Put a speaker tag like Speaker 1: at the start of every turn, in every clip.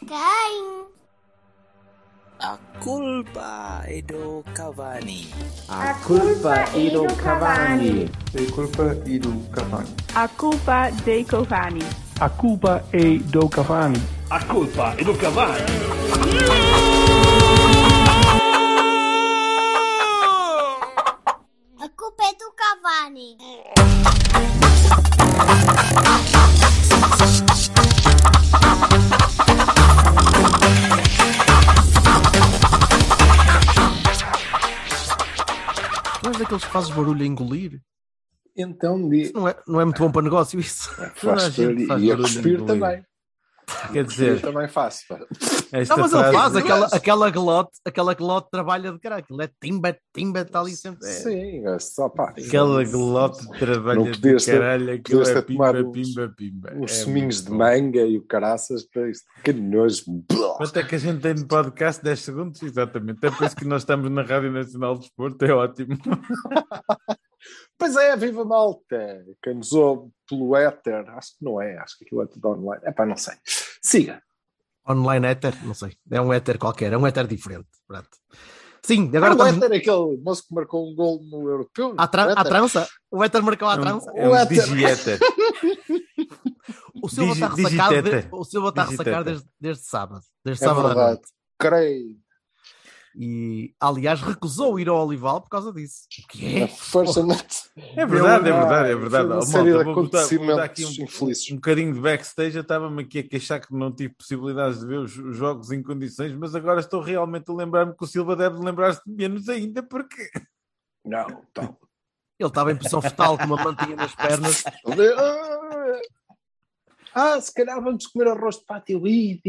Speaker 1: Quem?
Speaker 2: A culpa è do Cavani.
Speaker 3: A culpa è do Cavani.
Speaker 4: A culpa è do Cavani.
Speaker 5: A culpa dei Cavani.
Speaker 6: A culpa è do Cavani.
Speaker 7: A culpa è do Cavani.
Speaker 1: A culpa é do Cavani.
Speaker 8: Não és daqueles que fazes barulho a engolir?
Speaker 4: Então,
Speaker 8: Não é muito bom para negócio isso.
Speaker 4: e a cuspir também.
Speaker 8: Quer dizer,
Speaker 4: também faço.
Speaker 8: não, mas ele faz aquela glote trabalha de caralho. Aquilo é timba, está ali sempre.
Speaker 4: Sim, só pá.
Speaker 8: Aquela glote trabalha de caralho. Aquilo é pimba.
Speaker 4: Uns suminhos de manga e o caraças para isto. Que nojo.
Speaker 9: Quanto é que a gente tem no podcast? 10 segundos? Exatamente. É por isso que nós estamos na Rádio Nacional de Desporto. É ótimo.
Speaker 4: Pois é, viva malta. Quem nos ouve pelo éter, acho que não é, acho que aquilo é tudo online. É pá, não sei. Siga.
Speaker 8: Online éter, não sei. É um éter qualquer, é um éter diferente. Pronto. Sim, agora
Speaker 4: o éter é aquele moço que marcou um gol no Europeu.
Speaker 8: À trança? O éter marcou à trança?
Speaker 9: É um digi-éter.
Speaker 8: O Silva está a ressacar desde sábado. Desde sábado à noite.
Speaker 4: Creio.
Speaker 8: E, aliás, recusou ir ao Olival por causa disso. O que é?
Speaker 9: É verdade.
Speaker 4: Uma série de
Speaker 9: vou dar aqui
Speaker 4: infelizes.
Speaker 9: Um bocadinho de backstage. Eu estava-me aqui a queixar que não tive possibilidades de ver os jogos em condições, mas agora estou realmente a lembrar-me que o Silva deve lembrar-se de menos ainda, porque...
Speaker 4: Não, então.
Speaker 8: Ele estava em posição fetal com uma mantinha nas pernas.
Speaker 4: Se calhar vamos comer arroz de pato e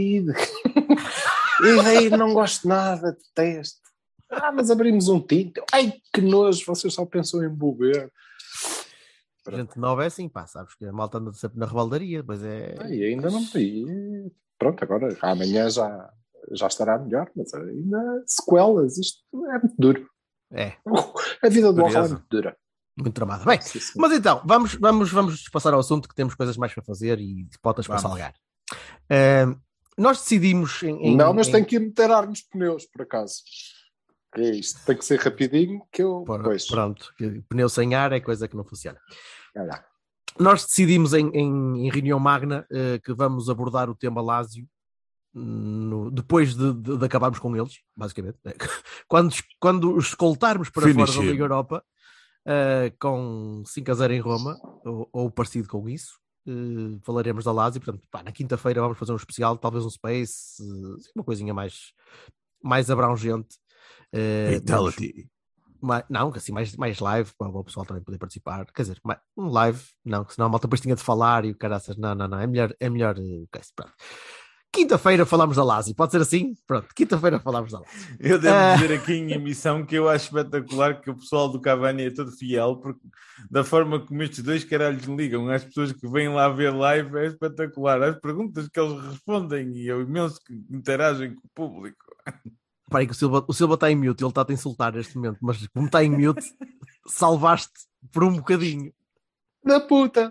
Speaker 4: e daí não gosto nada, detesto. Mas abrimos um tinto. Ai, que nojo, vocês só pensam em beber.
Speaker 8: Gente nova é assim, pá, sabes que a malta anda sempre na rebaldaria, mas é...
Speaker 4: E ainda não vi. Pronto, agora, amanhã já estará melhor, mas ainda sequelas, isto é muito duro.
Speaker 8: É.
Speaker 4: A vida do Oral é muito dura.
Speaker 8: Muito tramada. Bem, sim. Mas então, vamos passar ao assunto, que temos coisas mais para fazer e potas para salgar. Nós decidimos
Speaker 4: mas tem que ir meter ar nos pneus, por acaso. É isto, tem que ser rapidinho que eu...
Speaker 8: Pronto, pneu sem ar é coisa que não funciona.
Speaker 4: Olha.
Speaker 8: Nós decidimos em reunião magna que vamos abordar o tema Lazio depois de acabarmos com eles, basicamente. Quando os escoltarmos para fora da Liga Europa, com 5-0 em Roma, ou parecido com isso, falaremos da Lazio. Portanto, na quinta-feira vamos fazer um especial, talvez um Space, uma coisinha mais abrangente.
Speaker 9: Fatality.
Speaker 8: Não, assim, mais live, para o pessoal também poder participar. Quer dizer, um live, não, que senão a malta depois tinha de falar e o caraças, não, é melhor pronto. Quinta-feira falamos da Lazio, pode ser assim? Pronto, quinta-feira falamos da Lazio.
Speaker 9: Eu devo dizer aqui em emissão que eu acho espetacular que o pessoal do Cavani é todo fiel, porque da forma como estes dois caralhos ligam às pessoas que vêm lá ver live é espetacular. As perguntas que eles respondem e o imenso que interagem com o público.
Speaker 8: Parei que o Silva está em mute, ele está a insultar neste momento, mas como está em mute, salvaste por um bocadinho.
Speaker 4: Da puta!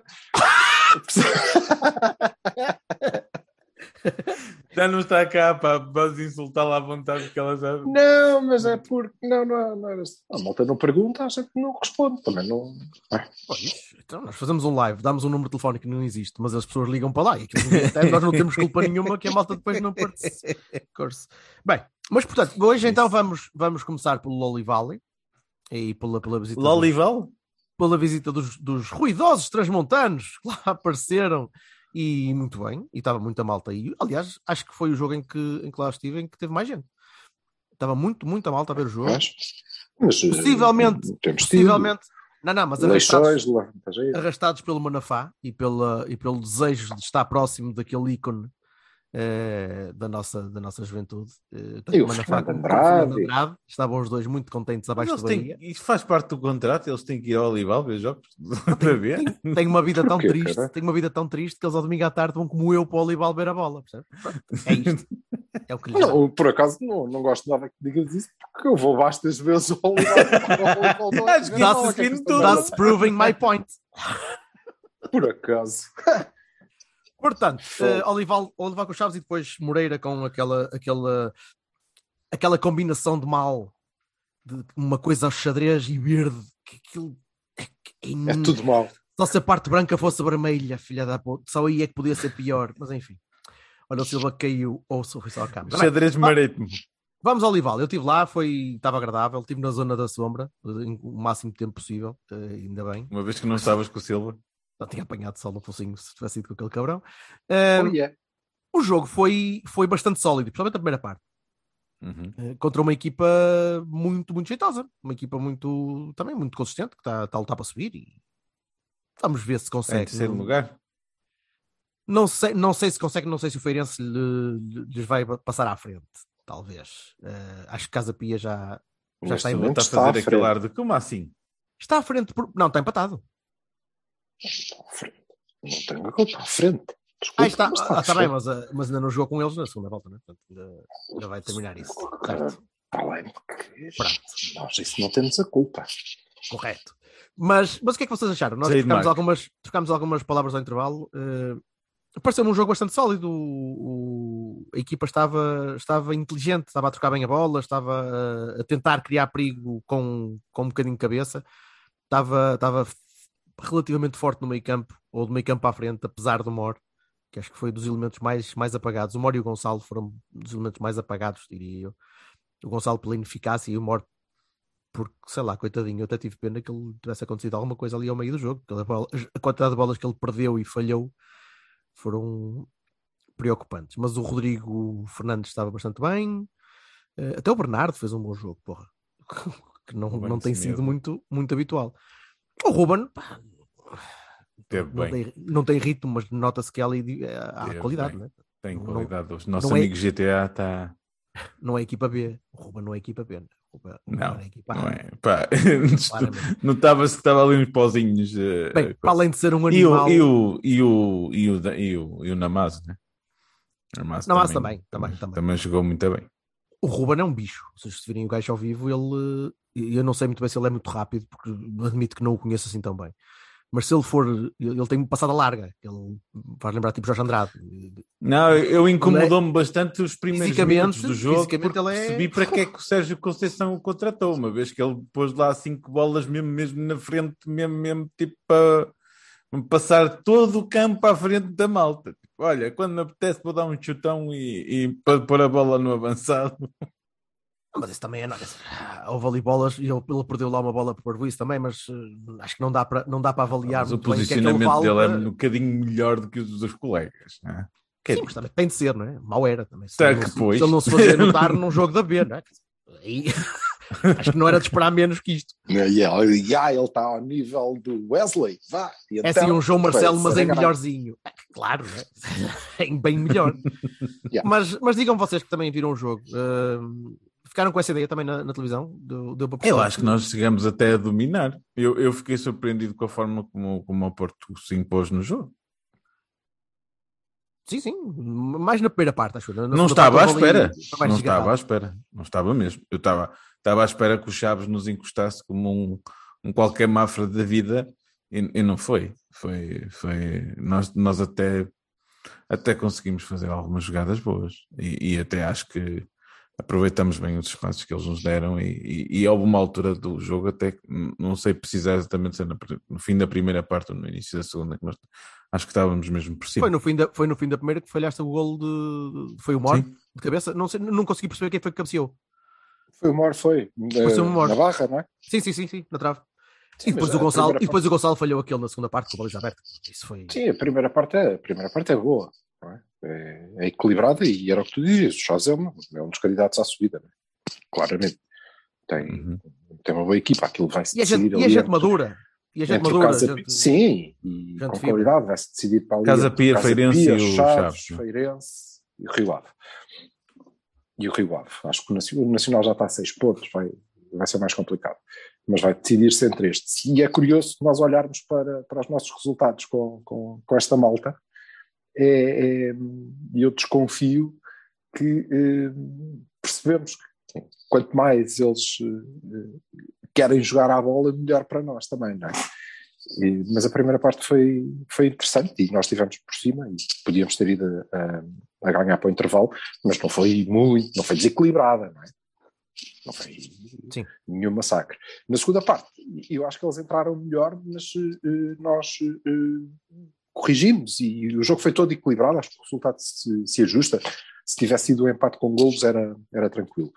Speaker 9: Já não está cá, pá, vais insultá-la à vontade porque ela já...
Speaker 4: Não, mas é porque... Não era assim. A malta não pergunta, a gente não responde. Também não...
Speaker 8: Então nós fazemos um live, damos um número de telefone que não existe, mas as pessoas ligam para lá e nós não temos culpa nenhuma que a malta depois não participe. Bem, mas portanto, hoje então vamos começar pelo Lolivale e pela visita...
Speaker 9: Lolivale?
Speaker 8: Pela visita dos ruidosos transmontanos que lá apareceram. E muito bem, e estava muita malta aí. Aliás, acho que foi o jogo em que lá estive em que teve mais gente. Estava muita malta a ver o jogo.
Speaker 4: Mas
Speaker 8: possivelmente não, mas arrastados pelo Manafá e pelo desejo de estar próximo daquele ícone da nossa juventude.
Speaker 4: E o Fernando Andrade.
Speaker 8: Estavam os dois muito contentes abaixo da Bahia.
Speaker 9: Isso faz parte do contrato, eles têm que ir ao Olival ver jogos para ver.
Speaker 8: Tem uma vida tão triste que eles ao domingo à tarde vão como eu para o Olival ver a bola, percebe? É isto. É o que lhe
Speaker 4: não, por acaso não gosto nada que digas isso, porque eu vou bastas vezes ao Olival.
Speaker 8: That's proving my point.
Speaker 4: Por acaso.
Speaker 8: Portanto, Olival com Chaves e depois Moreira com aquela combinação de mal, de uma coisa ao xadrez e verde, que aquilo
Speaker 4: É tudo mal.
Speaker 8: Só se a parte branca fosse vermelha, filha da puta, só aí é que podia ser pior, mas enfim. Olha, o Silva caiu, ou foi só a câmera.
Speaker 9: Xadrez marítimo.
Speaker 8: Vamos ao Olival. Eu estive lá, estava agradável, estive na zona da sombra, o máximo de tempo possível, ainda bem.
Speaker 9: Uma vez que não estavas com o Silva.
Speaker 8: Não tinha apanhado sol no focinho se tivesse ido com aquele cabrão. O jogo foi bastante sólido, principalmente a primeira parte. Contra uma equipa muito, muito jeitosa. Uma equipa também muito consistente, que está a lutar para subir. E vamos ver se consegue.
Speaker 9: Em terceiro lugar?
Speaker 8: Não sei se consegue, não sei se o Feirense lhes vai passar à frente. Talvez. Acho que Casa Pia já está em
Speaker 9: está a fazer aquele ar de como assim?
Speaker 8: Está à frente. Não, está empatado.
Speaker 4: Está à frente. Não tenho a culpa à frente.
Speaker 8: Desculpa, está bem, mas ainda não jogou com eles na segunda volta, né? Portanto, ainda vai terminar isso. Certo?
Speaker 4: Além de que nós isso não temos a culpa.
Speaker 8: Correto. Mas o que é que vocês acharam? Nós trocámos algumas palavras ao intervalo. Pareceu-me um jogo bastante sólido. A equipa estava inteligente, estava a trocar bem a bola, estava a tentar criar perigo com um bocadinho de cabeça. Estava relativamente forte no meio campo, ou do meio campo à frente, apesar do Mor, que acho que foi dos elementos mais apagados. O Mor e o Gonçalo foram dos elementos mais apagados, diria eu. O Gonçalo pela ineficácia e o Mor porque, sei lá, coitadinho, eu até tive pena que ele tivesse acontecido alguma coisa ali ao meio do jogo. A quantidade de bolas que ele perdeu e falhou foram preocupantes. Mas o Rodrigo Fernandes estava bastante bem. Até o Bernardo fez um bom jogo, porra. Que não tem sido muito, muito habitual. O Ruben, pá, não tem ritmo, mas nota-se que ali há qualidade, né?
Speaker 9: Tem qualidade. O nosso amigo GTA está...
Speaker 8: Não é equipa B. O Ruben não é equipa B.
Speaker 9: Não
Speaker 8: é equipa
Speaker 9: não
Speaker 8: A.
Speaker 9: é. Pá, notava-se que estava ali uns pozinhos.
Speaker 8: Bem, para além de ser um animal...
Speaker 9: E o Namazo, né?
Speaker 8: Namazo também
Speaker 9: jogou muito bem.
Speaker 8: O Ruben é um bicho. Se virem o gajo ao vivo, eu não sei muito bem se ele é muito rápido, porque admito que não o conheço assim tão bem. Mas se ele for, ele tem passada larga. Ele faz lembrar tipo Jorge Andrade.
Speaker 9: Não, eu incomodou-me bastante os primeiros minutos do jogo, porque
Speaker 8: ele
Speaker 9: percebi para que é que o Sérgio Conceição o contratou, uma vez que ele pôs lá 5 bolas mesmo na frente, mesmo tipo para passar todo o campo à frente da malta. Tipo, olha, quando me apetece vou dar um chutão e para pôr a bola no avançado.
Speaker 8: Mas isso também é nada. Houve ali bolas e ele perdeu lá uma bola por isso também, mas acho que não dá para avaliar.
Speaker 9: Mas o posicionamento dele é um bocadinho melhor do que os dos colegas, não é?
Speaker 8: Sim, mas também tem de ser, não é? Mal era também. Se
Speaker 9: ele
Speaker 8: não se fazia notar num jogo da B, não é? Aí, acho que não era de esperar menos que isto.
Speaker 4: Ele está ao nível do Wesley. Vá.
Speaker 8: É assim um João Marcelo, mas em melhorzinho. Claro, né? Bem melhor. Mas digam vocês que também viram o jogo. Ficaram com essa ideia também na televisão?
Speaker 9: Eu acho que nós chegamos até a dominar. Eu fiquei surpreendido com a forma como o Porto se impôs no jogo.
Speaker 8: Sim, mais na primeira parte, acho.
Speaker 9: Não estava à espera. Não estava mesmo. Eu estava à espera que o Chaves nos encostasse como um qualquer Mafra da vida e não foi. Nós até conseguimos fazer algumas jogadas boas e até acho que aproveitamos bem os espaços que eles nos deram e houve uma altura do jogo, até que não sei precisar exatamente se no fim da primeira parte ou no início da segunda, que nós acho que estávamos mesmo por cima.
Speaker 8: Foi no fim da primeira que falhaste o golo foi o Mor, de cabeça? Não consegui perceber quem foi que cabeceou.
Speaker 4: Foi o Mor, na barra, não é?
Speaker 8: Sim, na trave. Sim, e depois o Gonçalo falhou aquele na segunda parte com a baliza aberta. Isso foi...
Speaker 4: Sim, a primeira parte é boa. Não é? É equilibrada e era o que tu dizias. O Chaves é um dos candidatos à subida, né? Claramente. Tem uma boa equipa, aquilo vai-se decidir.
Speaker 8: E a gente madura.
Speaker 4: Sim, e com qualidade vai-se decidir para ali.
Speaker 9: Casa Pia, Feirense e o Chaves.
Speaker 4: Feirense e o Rio Ave. Acho que o Nacional já está a 6 pontos, vai ser mais complicado. Mas vai decidir-se entre estes. E é curioso que nós olharmos para os nossos resultados com esta malta. E eu desconfio que percebemos que quanto mais eles querem jogar à bola, melhor para nós também, não é? Mas a primeira parte foi interessante e nós estivemos por cima e podíamos ter ido a ganhar para o intervalo, mas não foi desequilibrada, não é? Não foi nenhum massacre. Na segunda parte, eu acho que eles entraram melhor, mas nós corrigimos e o jogo foi todo equilibrado, acho que o resultado se ajusta. Se tivesse sido um empate com golos era tranquilo.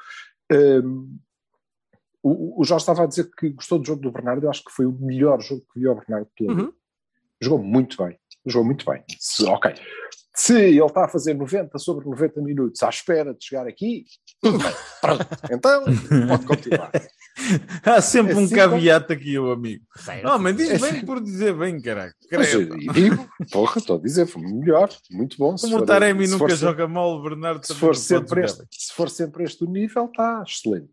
Speaker 4: O Jorge estava a dizer que gostou do jogo do Bernardo. Eu acho que foi o melhor jogo que vi ao Bernardo pela vida. Jogou muito bem. Se ele está a fazer 90 sobre 90 minutos à espera de chegar aqui, tudo bem, pronto, então pode continuar.
Speaker 9: Há sempre um
Speaker 4: assim
Speaker 9: caveat aqui, o amigo.
Speaker 8: Certo.
Speaker 9: Não, mas diz bem por dizer bem, caraca.
Speaker 4: Mas, e digo, estou a dizer, foi melhor, muito bom.
Speaker 9: Como o Taremi nunca joga mal, o Bernardo
Speaker 4: se for sempre este o nível, está excelente.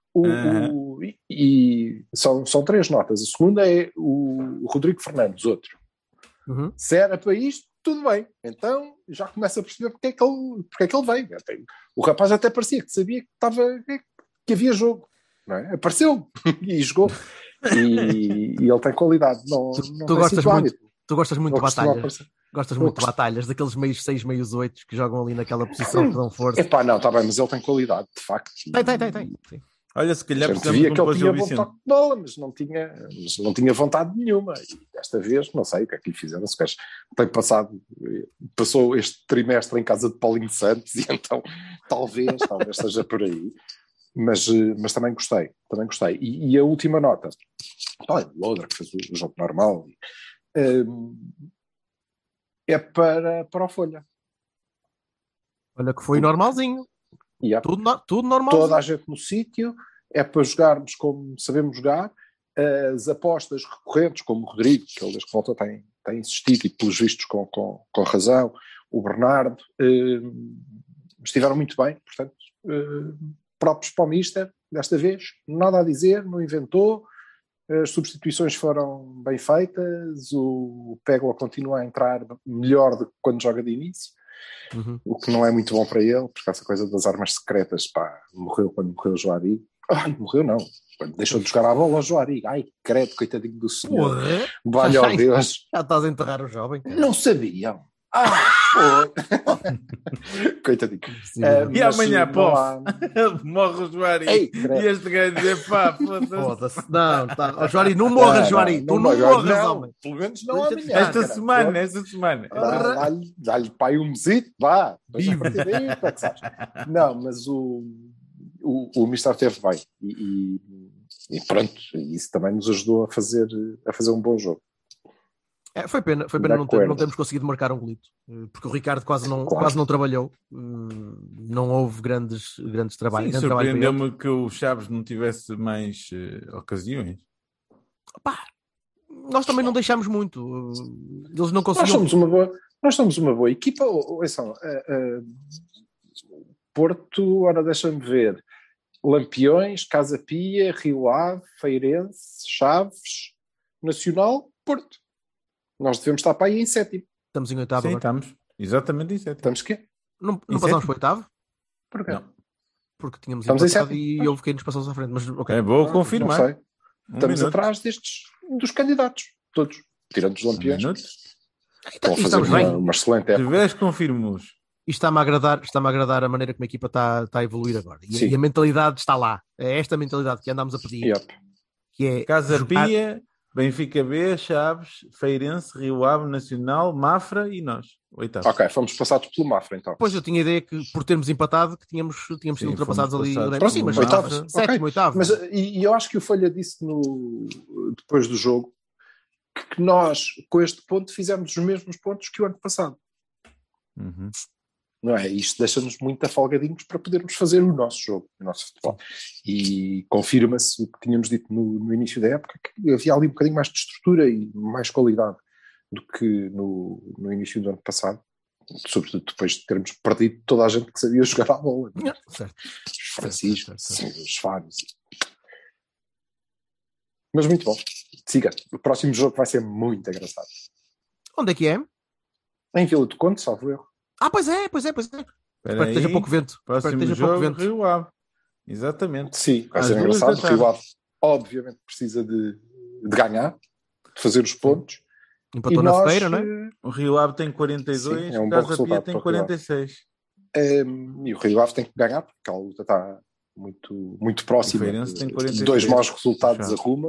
Speaker 4: E são 3 notas. A segunda é o Rodrigo Fernandes, outro. Se era para isto, tudo bem. Então já começa a perceber porque é que ele veio. O rapaz até parecia que sabia que havia jogo. Não é? Apareceu e jogou. E ele tem qualidade.
Speaker 8: Tu gostas muito de batalhas. Gostas muito de batalhas, daqueles meios 6, meios 8 que jogam ali naquela posição que dão força.
Speaker 4: Não, está bem, mas ele tem qualidade, de facto.
Speaker 8: Tem. Sim.
Speaker 9: Olha, se calhar
Speaker 4: via que ele tinha bom toque de bola, mas não tinha vontade nenhuma. E desta vez, não sei o que é que lhe fizeram. Se passou este trimestre em casa de Paulinho Santos e então talvez seja por aí. Mas também gostei. E a última nota, o Loder, que fez o jogo normal, é para o Folha.
Speaker 8: Olha que foi normalzinho. Tudo normal.
Speaker 4: Toda a gente no sítio, é para jogarmos como sabemos jogar. As apostas recorrentes, como o Rodrigo, que ele desde que voltou tem insistido e pelos vistos com razão, o Bernardo, estiveram muito bem, portanto, próprios para o Mister, desta vez, nada a dizer, não inventou, as substituições foram bem feitas, o Pégua continua a entrar melhor do que quando joga de início. O que não é muito bom para ele, porque essa coisa das armas secretas, morreu quando morreu o Joari. Morreu não, quando deixou de jogar a bola o Joari. Credo, coitadinho do senhor. Valha ao Deus.
Speaker 8: Já estás a enterrar o jovem, cara.
Speaker 4: Não sabiam. Coitadinho.
Speaker 9: E amanhã, morre o Joari. E este gajo dizer, foda-se.
Speaker 8: Não, Joari, não morras, Joari. Tu não morras, homem.
Speaker 4: Pelo menos não amanhã.
Speaker 9: Esta semana.
Speaker 4: Dá-lhe pai um mesito, vá. Não, mas o Mister teve bem. E pronto, isso também nos ajudou a fazer um bom jogo.
Speaker 8: Foi pena não termos conseguido marcar um golito, porque o Ricardo quase não trabalhou, não houve grandes trabalhos.
Speaker 9: Surpreendeu-me que o Chaves não tivesse mais ocasiões.
Speaker 8: Nós também não deixámos muito, eles não conseguiam.
Speaker 4: Nós somos uma boa equipa. Porto, ora deixa-me ver, Lampiões, Casa Pia, Rio Ave, Feirense, Chaves, Nacional, Porto. Nós devemos estar para aí em 7º.
Speaker 8: Estamos em 8º.
Speaker 9: Sim, estamos exatamente em 7º.
Speaker 4: Estamos quê?
Speaker 8: Não passamos para o 8º?
Speaker 4: Porquê?
Speaker 8: Não. Porque tínhamos
Speaker 4: estamos
Speaker 8: empatado e houve quem nos passou à frente. Mas, okay.
Speaker 9: É bom confirmar.
Speaker 4: Não sei. Estamos atrás dos candidatos, todos, tirando os Lampiões. Estão a fazer uma excelente época.
Speaker 9: De vez confirmos.
Speaker 8: Isto está-me a agradar a maneira como a equipa está a evoluir agora. E a mentalidade está lá. É esta mentalidade que andámos a pedir. Que é
Speaker 9: Casa Pia, Benfica B, Chaves, Feirense, Rio Ave, Nacional, Mafra e nós. 8º.
Speaker 4: Ok, fomos passados pelo Mafra então.
Speaker 8: Pois eu tinha a ideia que por termos empatado que tínhamos sido ultrapassados ali.
Speaker 4: Sim, mas 8º.
Speaker 8: 7º, 8º.
Speaker 4: Mas e eu acho que o Folha disse depois do jogo que nós, com este ponto, fizemos os mesmos pontos que o ano passado. Não é? Isto deixa-nos muito afalgadinhos para podermos fazer o nosso jogo, o nosso futebol. E confirma-se o que tínhamos dito no início da época, que havia ali um bocadinho mais de estrutura e mais qualidade do que no início do ano passado, sobretudo depois de termos perdido toda a gente que sabia jogar à bola.
Speaker 8: Certo.
Speaker 4: Os Franciscos, os Fábios. Mas muito bom. Siga. O próximo jogo vai ser muito engraçado.
Speaker 8: Onde é que é?
Speaker 4: Em Vila do Conde, salvo erro.
Speaker 8: Pois é. Espero que esteja pouco vento.
Speaker 9: Próximo jogo, Rio Ave. Exatamente.
Speaker 4: Sim, vai ser engraçado. O Rio Ave, obviamente, precisa de ganhar. fazer os pontos.
Speaker 8: Empatou
Speaker 4: E
Speaker 8: na
Speaker 4: nós,
Speaker 8: Feira, não é?
Speaker 9: O Rio Ave tem 42,
Speaker 4: Sim, é um
Speaker 9: o
Speaker 4: bom
Speaker 9: Casa Pia
Speaker 4: resultado
Speaker 9: tem
Speaker 4: para o Rio Ave.
Speaker 9: 46.
Speaker 4: E o Rio Ave tem que ganhar, porque a luta está muito, muito próxima.
Speaker 9: O Feirense tem 43.
Speaker 4: Dois maus resultados
Speaker 9: Puxado.
Speaker 4: arrumam.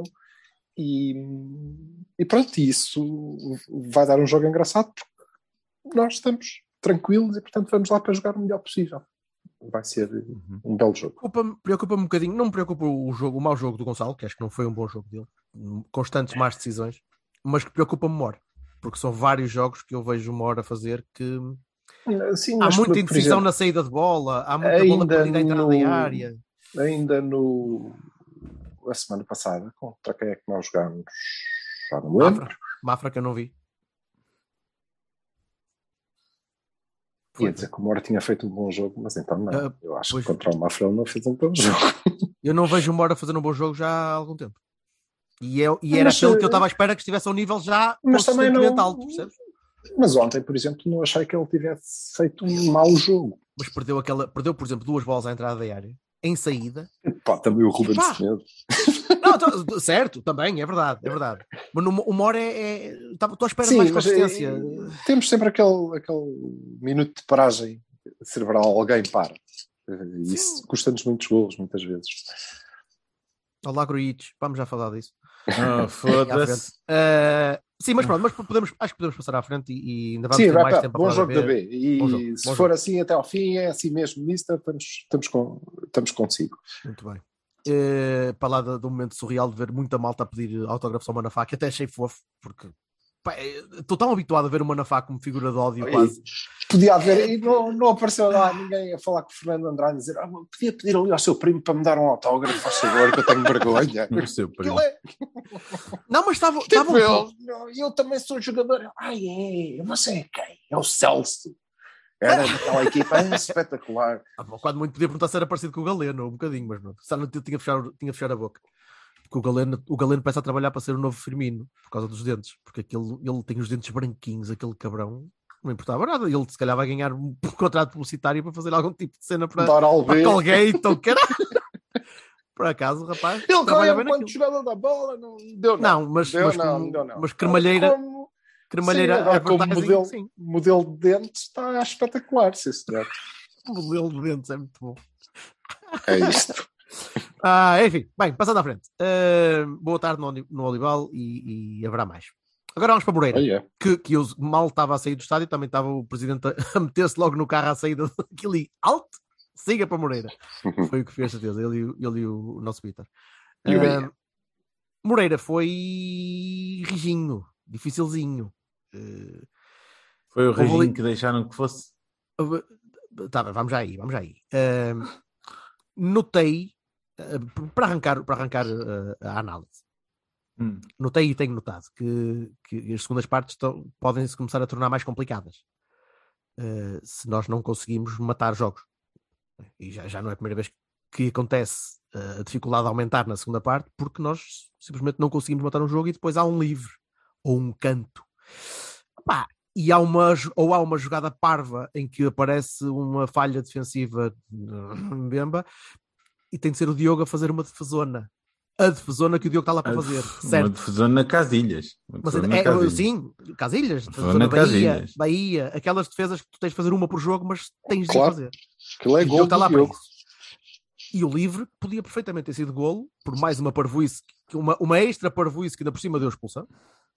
Speaker 4: E pronto, isso vai dar um jogo engraçado, porque nós estamos tranquilos e, portanto, vamos lá para jogar o melhor possível. Vai ser um belo jogo.
Speaker 8: Preocupa-me um bocadinho, não me preocupa o mau jogo do Gonçalo, que acho que não foi um bom jogo dele, constantes más decisões, mas que preocupa-me Mora, porque são vários jogos que eu vejo Mora fazer que
Speaker 4: Sim,
Speaker 8: há
Speaker 4: mas,
Speaker 8: muita
Speaker 4: por
Speaker 8: indecisão
Speaker 4: exemplo,
Speaker 8: na saída de bola, há muita bola
Speaker 4: ainda
Speaker 8: perdida à entrada da área.
Speaker 4: Ainda a semana passada, contra quem é que nós jogámos? Já não me lembro.
Speaker 8: Mafra que eu não vi.
Speaker 4: Ia dizer que o Mora tinha feito um bom jogo, mas então não. Eu acho
Speaker 8: pois.
Speaker 4: que contra o Mafra ele não fez um bom jogo.
Speaker 8: Eu não vejo o Mora fazer um bom jogo já há algum tempo. E era aquele que eu estava à espera que estivesse ao nível já
Speaker 4: mas também
Speaker 8: consistentemente
Speaker 4: não,
Speaker 8: alto, percebes?
Speaker 4: Mas ontem, por exemplo, não achei que ele tivesse feito um mau jogo.
Speaker 8: Mas perdeu, por exemplo, 2 bolas à entrada da área, em saída.
Speaker 4: Pá, também o Ruben Semedo.
Speaker 8: Não, certo, também, é verdade. Mas o Mora estou à espera de mais consistência.
Speaker 4: Temos sempre aquele minuto de paragem cerebral, alguém para. Isso custa-nos muitos golos, muitas vezes.
Speaker 8: Olá, Gruitch, vamos já falar disso.
Speaker 9: Foda-se.
Speaker 8: Sim, mas pronto, acho que podemos passar à frente e ainda vamos
Speaker 4: ter
Speaker 8: mais tempo
Speaker 4: bom
Speaker 8: a falar
Speaker 4: jogo da B. E se for assim até ao fim, é assim mesmo, Mister, estamos consigo.
Speaker 8: Muito bem. Para lá do momento surreal de ver muita malta a pedir autógrafos ao Manafá, que até achei fofo, porque estou tão habituado a ver o Manafá como figura de ódio quase.
Speaker 4: Podia haver, e não apareceu lá ninguém a falar com o Fernando Andrade e dizer podia pedir ali ao seu primo para me dar um autógrafo, faz favor, que eu tenho vergonha.
Speaker 9: O seu primo.
Speaker 8: Não, mas estava
Speaker 4: eu também sou jogador. Você é quem? É o Celso. Era daquela equipa espetacular.
Speaker 8: Quando muito podia perguntar se era parecido com o Galeno, um bocadinho, mas não. Só não tinha de fechar a boca. Porque o Galeno começa a trabalhar para ser o novo Firmino, por causa dos dentes. Porque ele tem os dentes branquinhos, aquele cabrão. Não importava nada. Ele se calhar vai ganhar um contrato publicitário para fazer algum tipo de cena para Colgate ou caralho. Por acaso, rapaz.
Speaker 4: Ele trabalha bem quando jogador da bola, não deu nada.
Speaker 8: Não, mas cremalheira.
Speaker 4: Cremalheira, como modelo de dentes está espetacular, sim senhor.
Speaker 8: O modelo de dentes é muito bom.
Speaker 4: É isto.
Speaker 8: Enfim, bem, passando à frente. Boa tarde no Olival e haverá mais. Agora vamos para Moreira, que eu mal estava a sair do estádio, também estava o presidente a meter-se logo no carro à saída daquilo e alto, siga para Moreira. Foi o que fez, certeza, ele e o nosso Vitor. Moreira foi rijinho, dificilzinho.
Speaker 9: Foi o rijinho que deixaram que fosse?
Speaker 8: Tá, vamos já aí. Notei, para arrancar a análise, notei e tenho notado que as segundas partes podem-se começar a tornar mais complicadas se nós não conseguimos matar jogos. E já não é a primeira vez que acontece a dificuldade de aumentar na segunda parte, porque nós simplesmente não conseguimos matar um jogo e depois há um livre ou um canto. E há uma jogada parva em que aparece uma falha defensiva Mbemba e tem de ser o Diogo a fazer uma defesona. A defesona que o Diogo está lá para fazer. Certo?
Speaker 9: Uma defesona Casilhas.
Speaker 8: Sim, Casilhas. Bahia. Aquelas defesas que tu tens de fazer uma por jogo, mas tens de fazer.
Speaker 4: Aquilo é gol do Diogo.
Speaker 8: E o livre podia perfeitamente ter sido golo, por mais uma parvoíce, uma extra parvoíce que ainda por cima deu expulsão.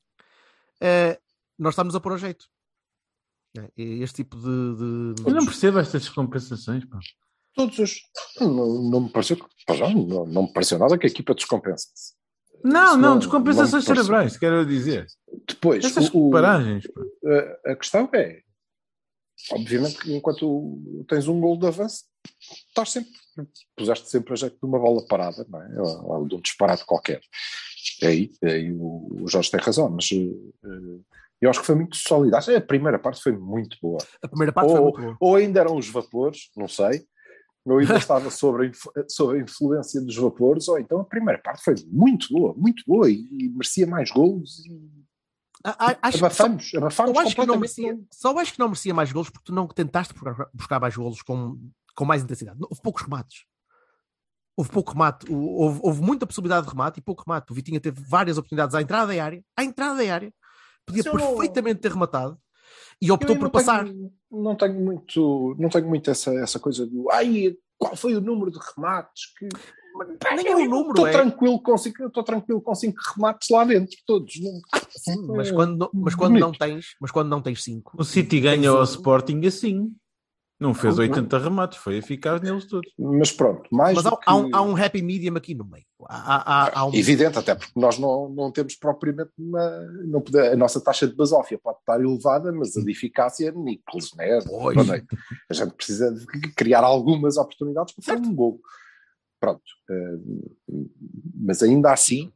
Speaker 8: Nós estamos a pôr a jeito. Este tipo de...
Speaker 9: Eu não percebo estas descompensações, pá.
Speaker 4: Todos os... Não me pareceu... Não me pareceu nada que a equipa descompensasse.
Speaker 9: Não, descompensações cerebrais, quero dizer.
Speaker 4: Depois,
Speaker 9: essas paragens, pá.
Speaker 4: A questão é, obviamente que enquanto tens um golo de avanço, puseste sempre a jeito de uma bola parada, não é? Ou de um disparate qualquer. Aí o Jorge tem razão, mas eu acho que foi muito sólido. Acho que a primeira parte foi muito boa.
Speaker 8: A primeira parte foi muito boa.
Speaker 4: Ou ainda eram os vapores, não sei. Eu ainda estava sobre a influência dos vapores, ou então a primeira parte foi muito boa e merecia mais golos e abafamos completamente.
Speaker 8: Só acho que não merecia mais golos porque tu não tentaste buscar mais golos com mais intensidade. Houve poucos remates. houve pouco remate, houve muita possibilidade de remate e pouco remate. O Vitinha teve várias oportunidades à entrada da área, podia perfeitamente ter rematado e optou por passar.
Speaker 4: Não tenho muito essa coisa do qual foi o número de remates que...
Speaker 8: Nem é o número,
Speaker 4: Estou tranquilo com 5 remates lá dentro, todos.
Speaker 8: Sim, mas quando não tens 5.
Speaker 9: O City ganha ao Sporting assim. Não fez 80 remates, foi eficaz neles todos.
Speaker 4: Mas pronto, mas
Speaker 8: há um happy medium aqui no meio.
Speaker 4: Evidente, até porque nós não temos propriamente a nossa taxa de basófia pode estar elevada, mas a de eficácia é níqueles, né? A gente precisa de criar algumas oportunidades para fazer um gol. Pronto. Mas ainda assim,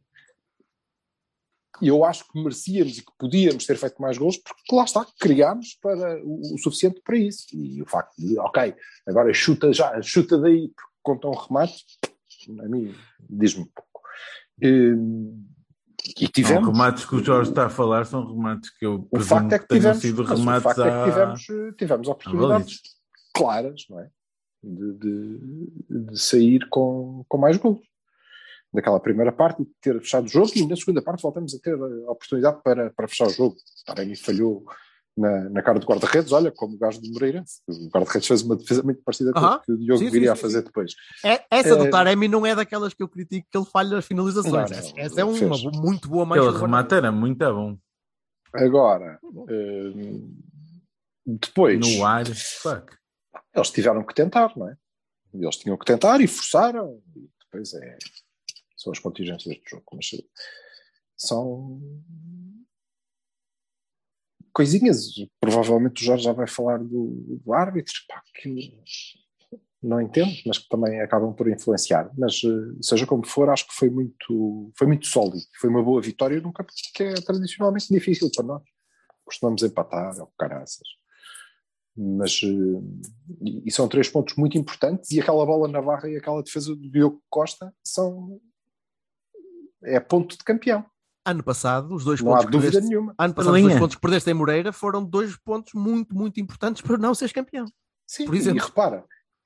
Speaker 4: eu acho que merecíamos e que podíamos ter feito mais gols, porque lá está, criámos para o suficiente para isso. E o facto de, agora chuta daí, porque contam remates, a mim diz-me pouco. E tivemos...
Speaker 9: Os remates que o Jorge está a falar são remates que eu
Speaker 4: o facto é que tivemos,
Speaker 9: sido remates
Speaker 4: o facto é que tivemos oportunidades claras, não é? De sair com mais gols. Daquela primeira parte, de ter fechado o jogo, e na segunda parte voltamos a ter a oportunidade para fechar o jogo. Taremi falhou na cara do guarda-redes, olha, como o gajo do Moreirense. O guarda-redes fez uma defesa muito parecida com a que o Diogo viria a fazer depois.
Speaker 8: Essa do Taremi não é daquelas que eu critico que ele falha as finalizações. Não, essa é uma muito boa mancha.
Speaker 9: Aquele remate era muito bom.
Speaker 4: Agora, depois...
Speaker 9: No ar,
Speaker 4: eles tiveram que tentar, não é? Eles tinham que tentar e forçaram. E depois são as contingências do jogo. Mas são coisinhas. Provavelmente o Jorge já vai falar do árbitro, que não entendo, mas que também acabam por influenciar. Mas seja como for, acho que foi muito sólido. Foi uma boa vitória num campo que é tradicionalmente difícil para nós. Costumamos empatar, caraças. Mas e são 3 pontos muito importantes, e aquela bola na barra e aquela defesa do Diogo Costa é ponto de campeão.
Speaker 8: Ano passado, os 2
Speaker 4: não
Speaker 8: pontos
Speaker 4: há dúvida nenhuma.
Speaker 8: Ano passado, os 2 pontos que perdeste em Moreira foram 2 pontos muito, muito importantes para não seres campeão.
Speaker 4: Sim,
Speaker 8: por exemplo.
Speaker 4: E repara,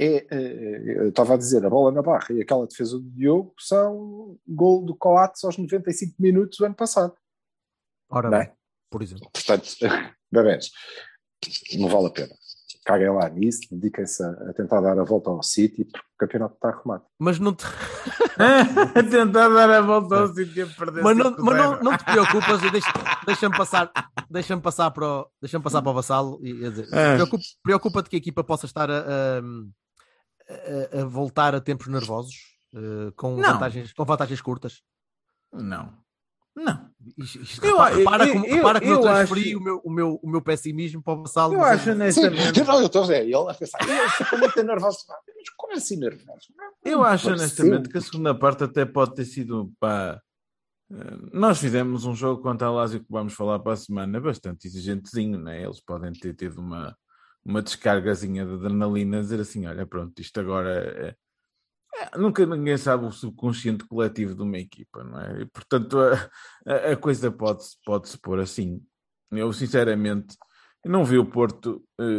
Speaker 4: eu estava a dizer, a bola na barra e aquela defesa do Diogo são gol do Coates aos 95 minutos do ano passado.
Speaker 8: Ora bem, por exemplo.
Speaker 4: Portanto, bebés, não vale a pena. Caguem lá nisso, dediquem-se a tentar dar a volta ao City, porque o campeonato está arrumado.
Speaker 8: Mas não te...
Speaker 9: a tentar dar a volta ao City a perder.
Speaker 8: Mas não te preocupas, deixa-me passar para o Vassalo. Preocupa-te que a equipa possa estar a voltar a tempos nervosos, com vantagens curtas?
Speaker 9: Não.
Speaker 8: Repara que não transferi o meu pessimismo para o Vassalo.
Speaker 9: Eu acho honestamente.
Speaker 4: Eu estou a dizer, ele a pensar, eu fico muito nervoso. Mas como assim nervoso?
Speaker 9: Eu acho honestamente que a segunda parte até pode ter sido. Nós fizemos um jogo contra a Lazio que vamos falar para a semana bastante exigentezinho, né? Eles podem ter tido uma descargazinha de adrenalina, dizer assim: olha, pronto, isto agora nunca ninguém sabe o subconsciente coletivo de uma equipa, não é? E, portanto, a coisa pode-se pôr assim. Eu, sinceramente, não vi o Porto,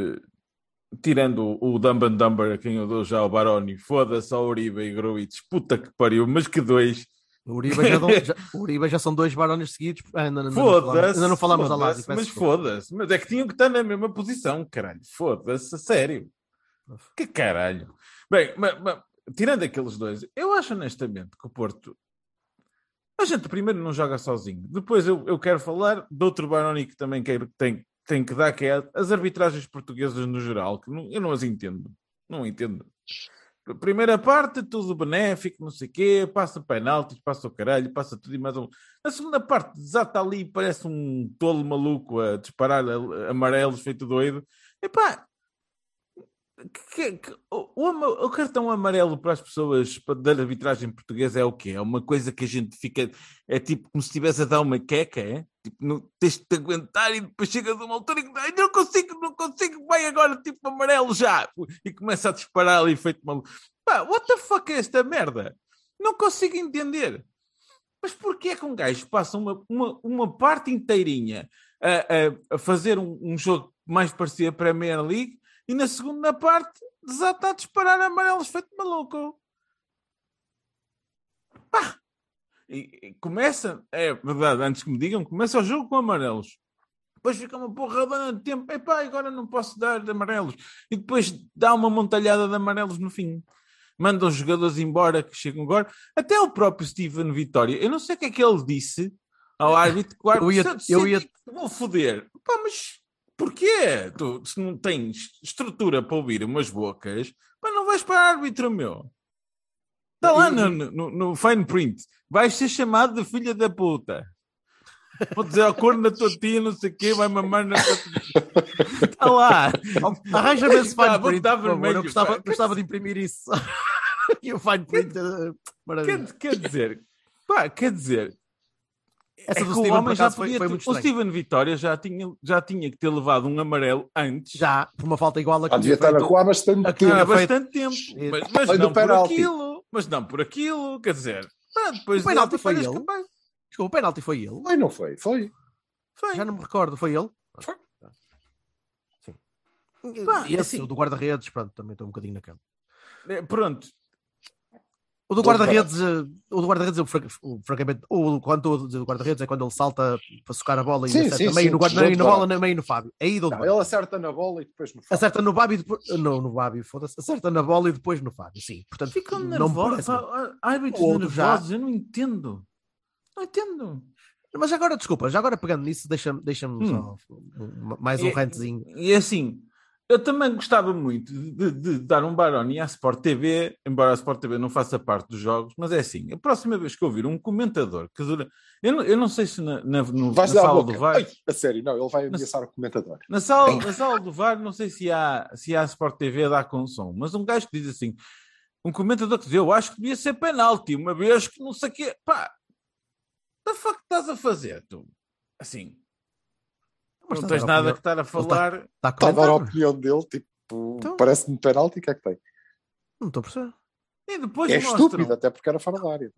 Speaker 9: tirando o Dumb and Dumber, a quem eu dou já o Baroni, foda-se ao Uribe e Gruitch, puta que pariu, mas que 2.
Speaker 8: O Uribe já são 2 Barones seguidos. Ainda não falamos da Lazio.
Speaker 9: Mas foda-se, mas é que tinham que estar na mesma posição, caralho. Foda-se, a sério. Que caralho. Bem, mas tirando aqueles 2, eu acho honestamente que o Porto, a gente primeiro não joga sozinho. Depois eu quero falar de outro Baroni que também tem que dar, que é as arbitragens portuguesas no geral, que eu não as entendo. Não entendo. A primeira parte, tudo benéfico, não sei o quê, passa penaltis, passa o caralho, passa tudo e mais um. A segunda parte, desata ali, parece um tolo maluco a disparar amarelos, feito doido. Epá, o cartão amarelo para as pessoas da arbitragem portuguesa é o quê? É uma coisa que a gente fica... É tipo como se estivesse a dar uma queca, é? Tipo, não, tens de te aguentar e depois chegas a uma altura e não consigo, vai agora tipo amarelo já! E começa a disparar ali feito maluco. Pá, what the fuck é esta merda? Não consigo entender. Mas porquê é que um gajo passa uma parte inteirinha a fazer um jogo mais parecido à Premier League e na segunda parte desata a disparar amarelos feito maluco? Pá! E começa, é verdade, antes que me digam, começa o jogo com amarelos. Depois fica uma porrada de tempo. Epá, agora não posso dar de amarelos. E depois dá uma montalhada de amarelos no fim. Manda os jogadores embora que chegam agora. Até o próprio Steven Vitória. Eu não sei o que é que ele disse ao árbitro. Vou foder. Pá, mas porquê? Tu, se não tens estrutura para ouvir umas bocas, pá, não vais para árbitro, meu. Está lá no fine print. Vais ser chamado de filha da puta. Vou dizer ao corno da tua tia, não sei o quê, vai mamar na tua tia. Está lá.
Speaker 8: Arranja-me esse fine print,
Speaker 9: por
Speaker 8: por favor. Eu
Speaker 9: vermelho,
Speaker 8: gostava de imprimir isso. E o fine print... maravilhoso.
Speaker 9: Quer dizer...
Speaker 8: Essa do
Speaker 9: o
Speaker 8: Steven, por
Speaker 9: homem já
Speaker 8: acaso, foi
Speaker 9: podia
Speaker 8: muito
Speaker 9: o
Speaker 8: estranho.
Speaker 9: Steven Vitória já tinha que ter levado um amarelo antes.
Speaker 8: Já, por uma falta igual a que
Speaker 4: Devia estar a recuar bastante
Speaker 8: Há
Speaker 4: tempo.
Speaker 9: Há
Speaker 8: feito-
Speaker 9: bastante tempo. Mas
Speaker 4: Olha
Speaker 9: não
Speaker 4: do
Speaker 9: por
Speaker 4: penalti.
Speaker 9: aquilo. Mas não por aquilo. Quer dizer... pá, depois
Speaker 8: O penalti foi
Speaker 9: falhas
Speaker 8: ele?
Speaker 9: capaz.
Speaker 8: Desculpa, o penalti foi ele?
Speaker 4: Foi, não foi? Foi.
Speaker 9: Foi.
Speaker 8: Já não me recordo, foi ele?
Speaker 4: Foi.
Speaker 8: Sim.
Speaker 9: Pá,
Speaker 8: Esse,
Speaker 9: assim-
Speaker 8: o do guarda-redes, pronto, também estou um bocadinho naquela.
Speaker 9: Pronto.
Speaker 8: O do guarda-redes, francamente, quando estou a dizer do guarda-redes é quando ele salta para socar a bola e
Speaker 4: Sim,
Speaker 8: acerta
Speaker 4: sim,
Speaker 8: meio
Speaker 4: sim,
Speaker 8: no guarda
Speaker 4: dou-te
Speaker 8: na bola,
Speaker 4: barato.
Speaker 8: meio no Fábio. Aí dou
Speaker 4: Não, ele acerta na bola e depois no Fábio.
Speaker 8: acerta no Babi e depois. Não, no Babi, foda-se. Acerta na bola e depois no Fábio, sim. Portanto,
Speaker 9: Ficam
Speaker 8: não me
Speaker 9: nervosos.
Speaker 8: parece.
Speaker 9: Árbitros
Speaker 8: O outro já-
Speaker 9: nervosos, eu não entendo. Não entendo.
Speaker 8: Mas agora, desculpa, já agora pegando nisso, deixa-me só mais um rantzinho.
Speaker 9: E assim, eu também gostava muito de dar um Baroni à Sport TV, embora a Sport TV não faça parte dos jogos, mas é assim, a próxima vez que eu ouvir um comentador que dura... Eu não sei se na
Speaker 4: Vais dar a
Speaker 9: sala
Speaker 4: boca.
Speaker 9: do VAR...
Speaker 4: Ai, a sério, não, ele vai ameaçar o comentador.
Speaker 9: Na sala do VAR, não sei se há Sport TV a dar com som, mas um gajo que diz assim, um comentador que diz, eu acho que devia ser penalti, uma vez que não sei o quê... Pá, the fuck estás a fazer, tu? Assim...
Speaker 8: Mas
Speaker 9: não
Speaker 8: está a
Speaker 9: tens
Speaker 8: dar a
Speaker 9: nada
Speaker 8: opinião.
Speaker 9: que estar a falar...
Speaker 8: Está a
Speaker 4: Está a dar a
Speaker 8: comentar?
Speaker 4: opinião dele, tipo,
Speaker 8: Então.
Speaker 4: parece-me penalti, o que é que tem?
Speaker 8: Não estou a perceber.
Speaker 9: E depois
Speaker 4: É
Speaker 9: mostram...
Speaker 4: estúpido, até porque era fora da área.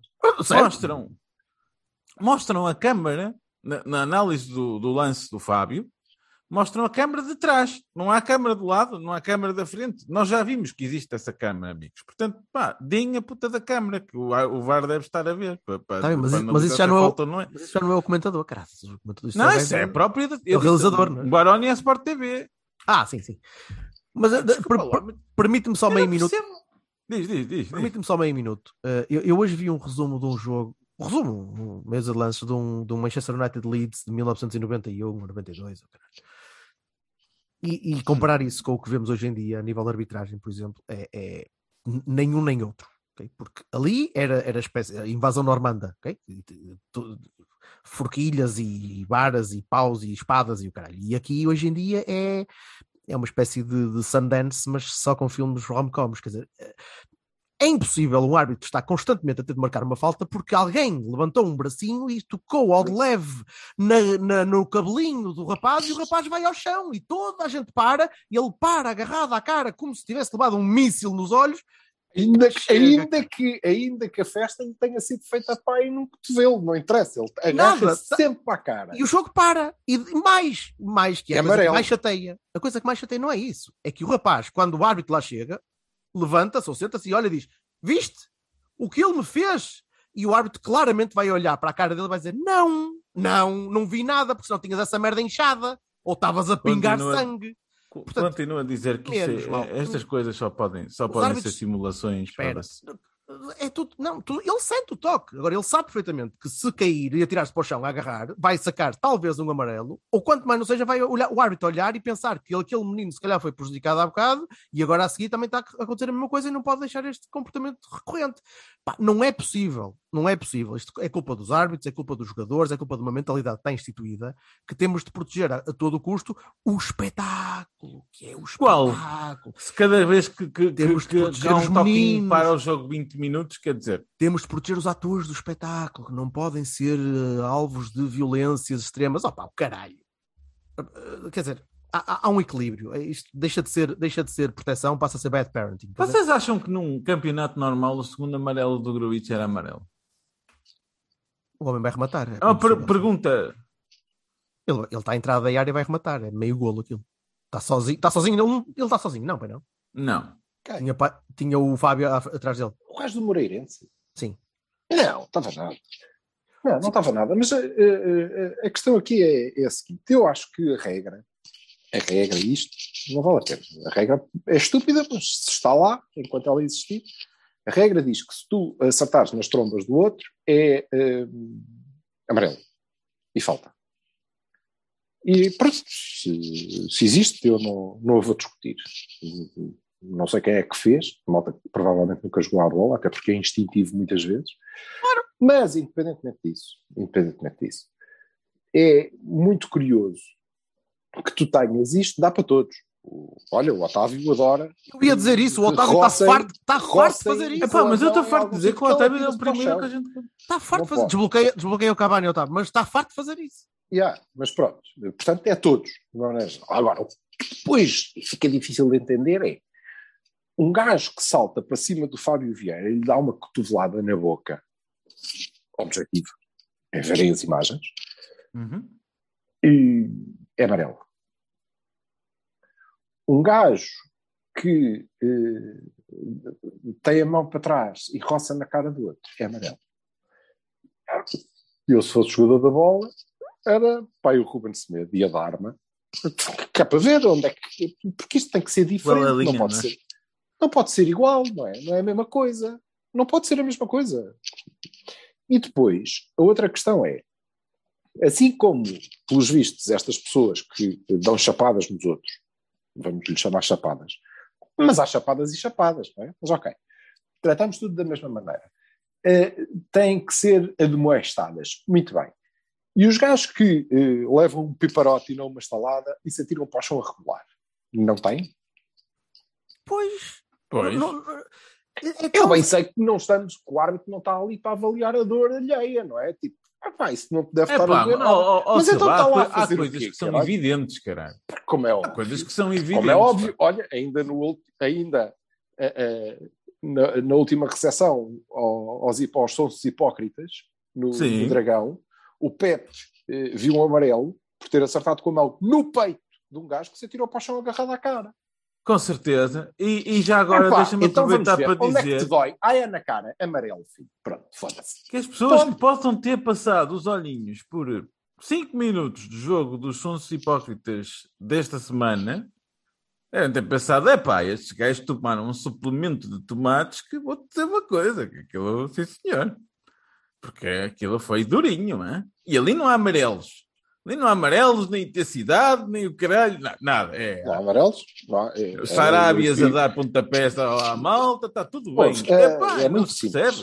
Speaker 9: Mostram a câmara, na análise do lance do Fábio, mostram a câmara de trás. Não há câmara do lado, não há câmara da frente. Nós já vimos que existe essa câmara, amigos. Portanto, pá, deem a puta da câmara, que o VAR deve estar a ver.
Speaker 8: Tá bem, mas
Speaker 9: analisar
Speaker 8: isso
Speaker 9: se
Speaker 8: já não é o-
Speaker 9: falta ou não é.
Speaker 8: Mas isso já não é o comentador, caralho. O comentador,
Speaker 9: Não, isso é próprio
Speaker 8: o realizador, não é?
Speaker 9: O Baroni é Sport TV.
Speaker 8: Ah, sim, sim. Mas
Speaker 9: Desculpa lá, mas
Speaker 8: permite-me só
Speaker 9: eu
Speaker 8: meio
Speaker 9: não
Speaker 8: minuto.
Speaker 9: percebo. Diz.
Speaker 8: Permite-me só meio minuto. Eu hoje vi um resumo de um jogo, mesa de lances de um Manchester United Leeds de 1991 ou 92. E comparar isso com o que vemos hoje em dia a nível de arbitragem, por exemplo, é nenhum nem outro. Okay? Porque ali era espécie, a invasão normanda, okay? Forquilhas e varas e paus e espadas e o caralho. E aqui hoje em dia é uma espécie de Sundance, mas só com filmes rom-coms. Quer dizer, é impossível um árbitro estar constantemente a ter de marcar uma falta porque alguém levantou um bracinho e tocou ao de leve no cabelinho do rapaz e o rapaz vai ao chão e toda a gente para e ele para agarrado à cara como se tivesse levado um míssil nos olhos.
Speaker 4: Ainda que a festa lhe tenha sido feita para aí num cotovelo, não interessa, ele agarra sempre para a cara.
Speaker 8: E o jogo para. E mais que é a coisa que
Speaker 4: amarelo.
Speaker 8: mais chateia. A coisa que mais chateia não é isso. É que o rapaz, quando o árbitro lá chega, levanta-se ou senta-se e olha e diz: viste o que ele me fez? E o árbitro claramente vai olhar para a cara dele e vai dizer: não vi nada, porque senão tinhas essa merda inchada ou estavas a pingar sangue. Portanto,
Speaker 9: continua a dizer que estas coisas só podem ser
Speaker 8: árbitros...
Speaker 9: simulações.
Speaker 8: Espera. É tudo, ele sente o toque. Agora, ele sabe perfeitamente que se cair e atirar-se para o chão a agarrar, vai sacar talvez um amarelo, ou quanto mais não seja, vai olhar, o árbitro olhar e pensar que aquele menino se calhar foi prejudicado há bocado e agora a seguir também está a acontecer a mesma coisa e não pode deixar este comportamento recorrente. Pá, não é possível. Isto é culpa dos árbitros, é culpa dos jogadores, é culpa de uma mentalidade que está instituída, que temos de proteger a todo custo o espetáculo, que é o espetáculo.
Speaker 9: Qual? Se cada vez que
Speaker 8: temos de proteger
Speaker 9: há
Speaker 8: os
Speaker 9: um toquinho
Speaker 8: meninos,
Speaker 9: para o jogo 20 minutos, quer dizer...
Speaker 8: Temos de proteger os atores do espetáculo, que não podem ser alvos de violências extremas. Opa, o caralho. Quer dizer, há um equilíbrio. Isto deixa de ser proteção, passa a ser bad parenting.
Speaker 9: Vocês acham que num campeonato normal o segundo amarelo do Gruitch era amarelo?
Speaker 8: O homem vai rematar.
Speaker 9: É uma pergunta.
Speaker 8: Ele está à entrada da área e vai rematar. É meio golo aquilo. Está sozinho. Ele está sozinho, não, pai não?
Speaker 9: Não.
Speaker 8: Tinha o Fábio atrás dele.
Speaker 4: O gajo do Moreirense.
Speaker 8: Sim.
Speaker 4: Não, estava nada. Não estava nada. Mas a questão aqui é a seguinte. Eu acho que a regra, isto, não vale a pena. A regra é estúpida, mas se está lá, enquanto ela existir, a regra diz que se tu acertares nas trombas do outro, é amarelo. E falta. E pronto, se existe, eu não vou discutir. Não sei quem é que fez, a malta provavelmente nunca jogou à bola, até porque é instintivo muitas vezes. Claro. Mas, independentemente disso, é muito curioso que tu tenhas isto, dá para todos. Olha, o Otávio adora.
Speaker 8: Eu ia dizer isso, o Otávio está farto de fazer isso.
Speaker 9: Mas eu estou farto de dizer que o Otávio é o primeiro que a gente...
Speaker 8: Está farto de fazer. Desbloqueia o Cavani, Otávio, mas está farto de fazer isso.
Speaker 4: Mas pronto, portanto é todos. Agora, o que depois fica difícil de entender é um gajo que salta para cima do Fábio Vieira e lhe dá uma cotovelada na boca. Objetivo. É verem as imagens. E é amarelo. Um gajo que tem a mão para trás e roça na cara do outro é amarelo. Eu, se fosse jogador da bola, era o Ruben Semedo e a Dharma, que é para ver onde é que... Porque isto tem que ser diferente, não pode ser igual, não é a mesma coisa. Não pode ser a mesma coisa. E depois, a outra questão é, assim como, pelos vistos, estas pessoas que dão chapadas nos outros, vamos lhe chamar chapadas, mas há chapadas e chapadas, não é? Mas ok, tratamos tudo da mesma maneira. Têm que ser admoestadas. Muito bem. E os gajos que levam um piparote e não uma estalada e se atiram para o chão a rebolar, não têm?
Speaker 8: Pois.
Speaker 4: Eu bem sei que não estamos, que o árbitro não está ali para avaliar a dor alheia, não é? Tipo, isso não deve estar a ver nada. Mas então está lá a fazer
Speaker 9: há coisas que são evidentes, caralho.
Speaker 4: Como é óbvio.
Speaker 9: Há coisas que são evidentes.
Speaker 4: Como é óbvio. Olha, na última recepção aos sons hipócritas, no Dragão, o Pepe viu um amarelo por ter acertado com a mão no peito de um gajo que se atirou para o chão agarrado à cara.
Speaker 9: Com certeza. E já agora deixa-me aproveitar para dizer...
Speaker 4: Onde é que te dói? É na cara. Amarelo, filho. Pronto, foda-se.
Speaker 9: Que as pessoas que possam ter passado os olhinhos por 5 minutos do jogo dos Sons Hipócritas desta semana, devem ter pensado, estes gajos tomaram um suplemento de tomates que vou dizer uma coisa, que aquilo, sim senhor. Porque aquilo foi durinho, não é? E ali não há amarelos. Nem não há amarelos, nem intensidade, nem o caralho, nada.
Speaker 4: Não há amarelos?
Speaker 9: Sarábias a dar pontapés à malta, está tudo bem.
Speaker 4: É muito simples.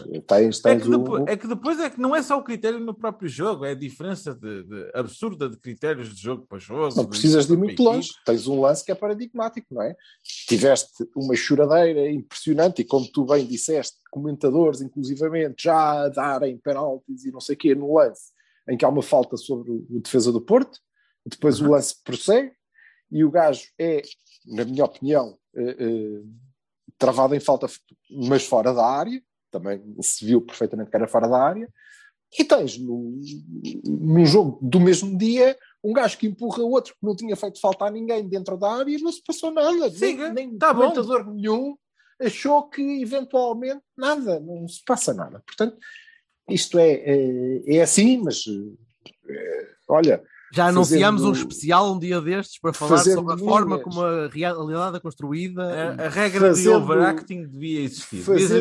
Speaker 9: É que depois não é só o critério no próprio jogo, é a diferença absurda de critérios de jogo para jogo.
Speaker 4: Não precisas de ir muito longe. Tens um lance que é paradigmático, não é? Tiveste uma choradeira impressionante e, como tu bem disseste, comentadores, inclusivamente, já a darem penaltis e não sei o quê no lance, em que há uma falta sobre o defesa do Porto, depois o lance prossegue, e o gajo é, na minha opinião, travado em falta, mas fora da área, também se viu perfeitamente que era fora da área, e tens num jogo do mesmo dia, um gajo que empurra o outro que não tinha feito falta a ninguém dentro da área e não se passou nada, nem comentador nenhum achou que eventualmente nada, não se passa nada. Portanto, isto é assim, mas olha...
Speaker 8: Já anunciámos um especial um dia destes para falar sobre a forma como a realidade é construída.
Speaker 9: A regra de overacting devia existir.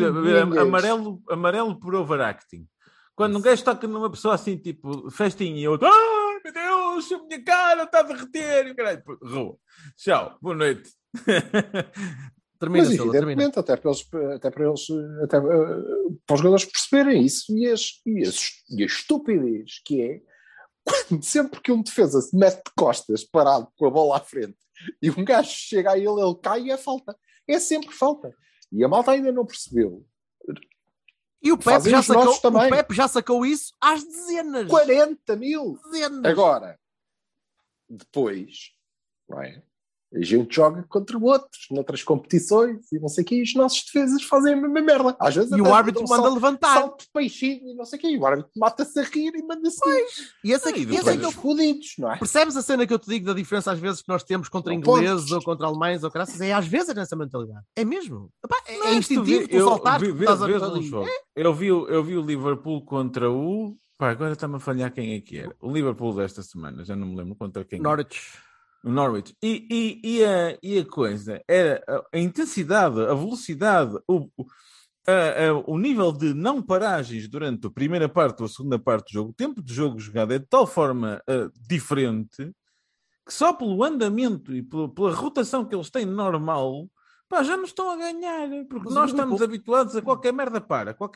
Speaker 9: Amarelo por overacting. Quando um gajo toca numa pessoa assim, tipo, festinha, e outro, ai meu Deus, a minha cara está a derreter, e o caralho, rua. Tchau, boa noite.
Speaker 4: Mas evidentemente, até para os jogadores perceberem isso, e a estupidez que é, quando sempre que um defesa se mete de costas parado com a bola à frente e um gajo chega a ele cai e é falta. É sempre falta. E a malta ainda não percebeu.
Speaker 8: E o Pepe já sacou isso às dezenas.
Speaker 4: 40 mil.
Speaker 8: Dezenas.
Speaker 4: Agora, depois, não é? A gente joga contra outros, noutras competições e não sei o quê, e os nossos defesas fazem a mesma merda. Às vezes
Speaker 8: E o árbitro manda levantar.
Speaker 4: Salto de peixinho e não sei o quê, e o árbitro mata-se a rir e manda-se.
Speaker 8: E esse é que eu
Speaker 4: fodidos, não é?
Speaker 8: Percebes a cena que eu te digo da diferença às vezes que nós temos contra ingleses ou contra alemães ou graças? É às vezes nessa mentalidade. É mesmo. Epá, é instintivo, tu saltar.
Speaker 9: Eu vi o Liverpool contra o... Pá, agora está-me a falhar quem é que era. O Liverpool desta semana, já não me lembro contra quem.
Speaker 8: Norwich.
Speaker 9: O Norwich. E a coisa era a intensidade, a velocidade, o nível de não paragens durante a primeira parte ou a segunda parte do jogo, o tempo de jogo jogado é de tal forma diferente que só pelo andamento e pela rotação que eles têm normal, pá, já nos estão a ganhar, porque nós estamos habituados a qualquer merda para. Pá,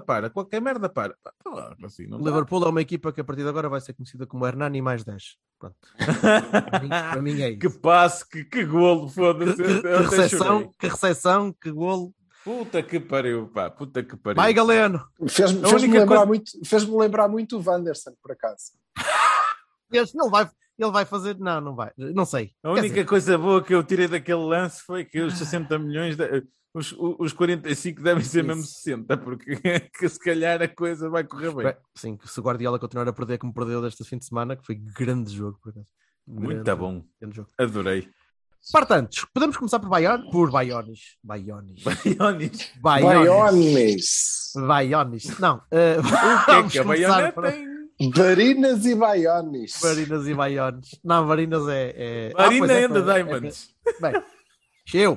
Speaker 9: assim, não
Speaker 8: o Liverpool é uma equipa que a partir de agora vai ser conhecida como Hernani mais 10. Pronto. para mim é isso.
Speaker 9: Que passe, que golo, foda-se.
Speaker 8: Que recepção, que golo.
Speaker 9: Puta que pariu, pá, puta que pariu.
Speaker 8: Vai, Galeno.
Speaker 4: Fez-me lembrar muito o Wanderson, por acaso.
Speaker 8: Ele vai fazer... Não vai. Não sei.
Speaker 9: A única coisa boa que eu tirei daquele lance foi que os 60 milhões, os 45 devem ser mesmo 60, porque que se calhar a coisa vai correr bem.
Speaker 8: Sim, que se o Guardiola continuar a perder como perdeu deste fim de semana, que foi grande jogo, por acaso.
Speaker 9: Muito bom. Adorei.
Speaker 8: Portanto, podemos começar por Baiones. Não.
Speaker 9: O que é Baionete tem?
Speaker 4: Varinas e Baiones.
Speaker 8: Não, Varinas é...
Speaker 9: Marina and the Diamonds.
Speaker 8: Bem, cheio.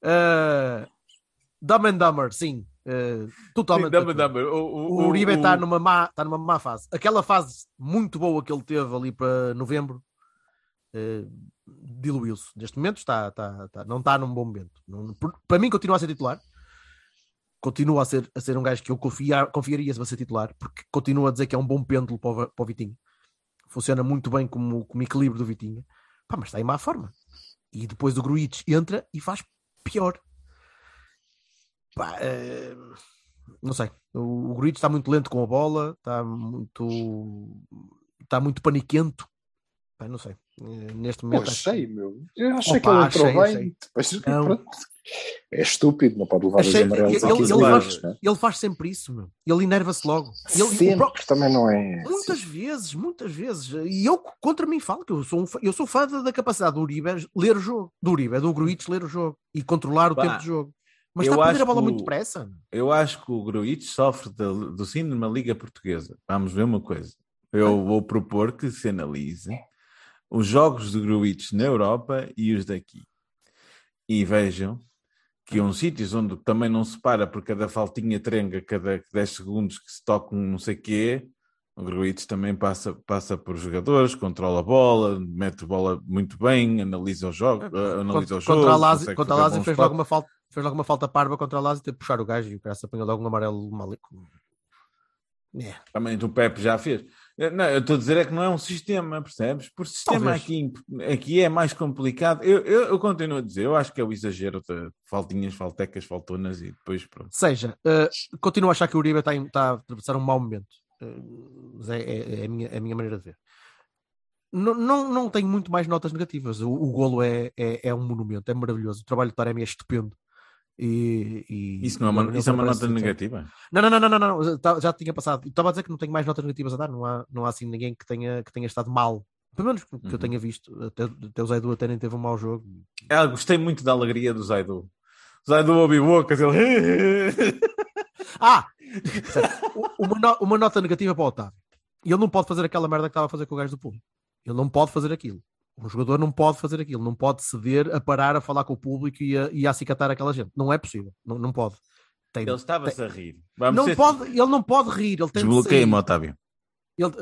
Speaker 8: Dumb and Dumber, sim. Totalmente.
Speaker 9: Sim, Dumber.
Speaker 8: O Uribe está numa má fase. Aquela fase muito boa que ele teve ali para novembro diluiu-se. Neste momento não está num bom momento. Para mim continua a ser titular. Continua a ser um gajo que eu confiaria se vai ser titular, porque continua a dizer que é um bom pêndulo para o Vitinho. Funciona muito bem como equilíbrio do Vitinho. Pá, mas está em má forma. E depois o Gruitch entra e faz pior. Pá, não sei. O Gruitch está muito lento com a bola, está muito paniquento. Pá, não sei. Neste momento.
Speaker 4: Eu achei que ele entrou bem. Depois, é estúpido, não pode levar os amarelos a 15 minutos.
Speaker 8: Ele faz sempre isso, meu. Ele enerva-se logo.
Speaker 4: Também não é.
Speaker 8: Muitas vezes. E eu contra mim falo que eu sou fã da capacidade do Uribe ler o jogo. Do Gruitch ler o jogo e controlar o tempo de jogo. Mas está a perder a bola muito depressa.
Speaker 9: Eu acho que o Gruitch sofre do síndrome da Liga Portuguesa. Vamos ver uma coisa. Eu vou propor que se analise os jogos de Gruitch na Europa e os daqui. E vejam que uns sítios onde também não se para por cada faltinha trenga, cada 10 segundos que se toca um não sei o quê, o Gruitch também passa por jogadores, controla a bola, mete a bola muito bem, analisa o jogo.
Speaker 8: Contra a Lazio fez logo uma falta parva contra a Lazio, teve de puxar o gajo e o cara se apanhou logo um amarelo maluco.
Speaker 9: Também o Pepe já fez. Não, eu estou a dizer é que não é um sistema, percebes? Por sistema aqui é mais complicado. Eu continuo a dizer, eu acho que é o exagero de faltinhas, faltecas, faltonas e depois pronto.
Speaker 8: Continuo a achar que o Uribe está a atravessar um mau momento. Mas é a minha maneira de ver. Não tenho muito mais notas negativas. O golo é um monumento, é maravilhoso. O trabalho de Taremi é estupendo.
Speaker 9: Isso é uma nota negativa?
Speaker 8: Não. Já tinha passado. Estava a dizer que não tenho mais notas negativas a dar. Não há assim ninguém que tenha estado mal. Pelo menos que eu tenha visto. Até o Zaidu até nem teve um mau jogo.
Speaker 9: Gostei muito da alegria do Zaidu. O Zaidu ouviu bocas.
Speaker 8: Uma nota negativa para o Otávio. Ele não pode fazer aquela merda que estava a fazer com o gajo do público. Ele não pode fazer aquilo. Um jogador não pode fazer aquilo, não pode ceder a parar a falar com o público e a acicatar aquela gente. Não é possível, não pode.
Speaker 9: Ele estava-se a rir.
Speaker 8: Ele não pode rir.
Speaker 9: Desbloqueia-me, Otávio.
Speaker 8: Ele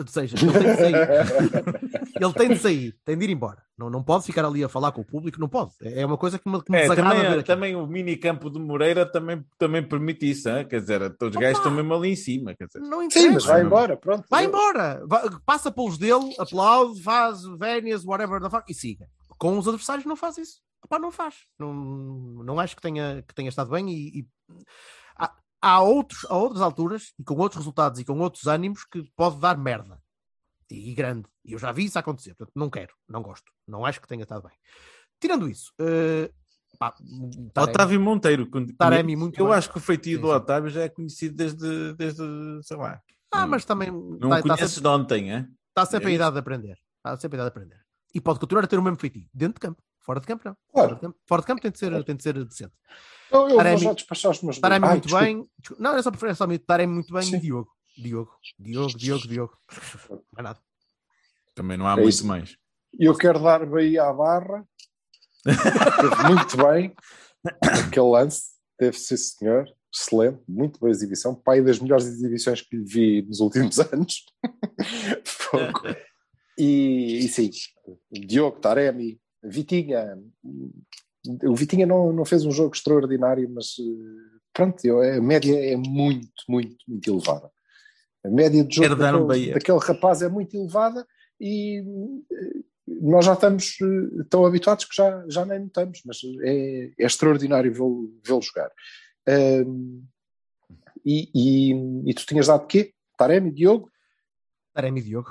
Speaker 8: tem de sair, tem de ir embora. Não pode ficar ali a falar com o público, não pode. É uma coisa que me desagrada.
Speaker 9: Também o minicampo de Moreira também permite isso, hein? Quer dizer, todos os gajos estão mesmo ali em cima. Quer dizer.
Speaker 4: Sim, mas vai embora, pronto.
Speaker 8: Vai embora, passa pelos dele, aplaude, faz vénias, whatever, e siga. Com os adversários não faz isso. Não faz. Não acho que tenha estado bem há outras alturas e com outros resultados e com outros ânimos que pode dar merda e grande, e eu já vi isso acontecer, portanto não quero, não gosto, não acho que tenha estado bem. Tirando isso, pá,
Speaker 9: Otávio Monteiro.
Speaker 8: Taremi, muito
Speaker 9: Eu
Speaker 8: bem.
Speaker 9: acho que o feitio
Speaker 8: Sim,
Speaker 9: do
Speaker 8: sim.
Speaker 9: Otávio já é conhecido desde sei lá.
Speaker 8: mas também
Speaker 9: Não o conheces de ontem, é?
Speaker 8: está sempre
Speaker 9: É
Speaker 8: a
Speaker 9: isso?
Speaker 8: idade de aprender. Está sempre a idade de aprender. E pode continuar a ter o mesmo feitio. Dentro de campo. Fora de campo, não.
Speaker 4: Claro.
Speaker 8: Fora de campo tem de ser decente.
Speaker 4: Eu vou
Speaker 8: Taremi-
Speaker 4: já despachar os meus
Speaker 8: Taremi
Speaker 4: Ai,
Speaker 8: muito
Speaker 4: desculpa.
Speaker 8: bem. Não, era só preferência ao Taremi muito bem
Speaker 4: Sim.
Speaker 8: e Diogo. Diogo. Não é nada.
Speaker 9: Também não há
Speaker 4: É
Speaker 9: muito
Speaker 4: isso.
Speaker 9: mais.
Speaker 4: E eu quero dar Bahia à Barra. Teve muito bem aquele lance. Teve, sim, senhor. Excelente. Muito boa exibição. Pai das melhores exibições que lhe vi nos últimos anos. Fogo. E sim, Diogo, Taremi, Vitinha. O Vitinha não fez um jogo extraordinário, mas pronto, a média é muito, muito, muito elevada. A média de jogo
Speaker 9: Quero dar um Bahia.
Speaker 4: daquele rapaz é muito elevada e nós já estamos tão habituados que já nem notamos, mas é extraordinário vê-lo jogar. E tu tinhas dado quê? Taremi, Diogo?
Speaker 8: Taremi e Diogo.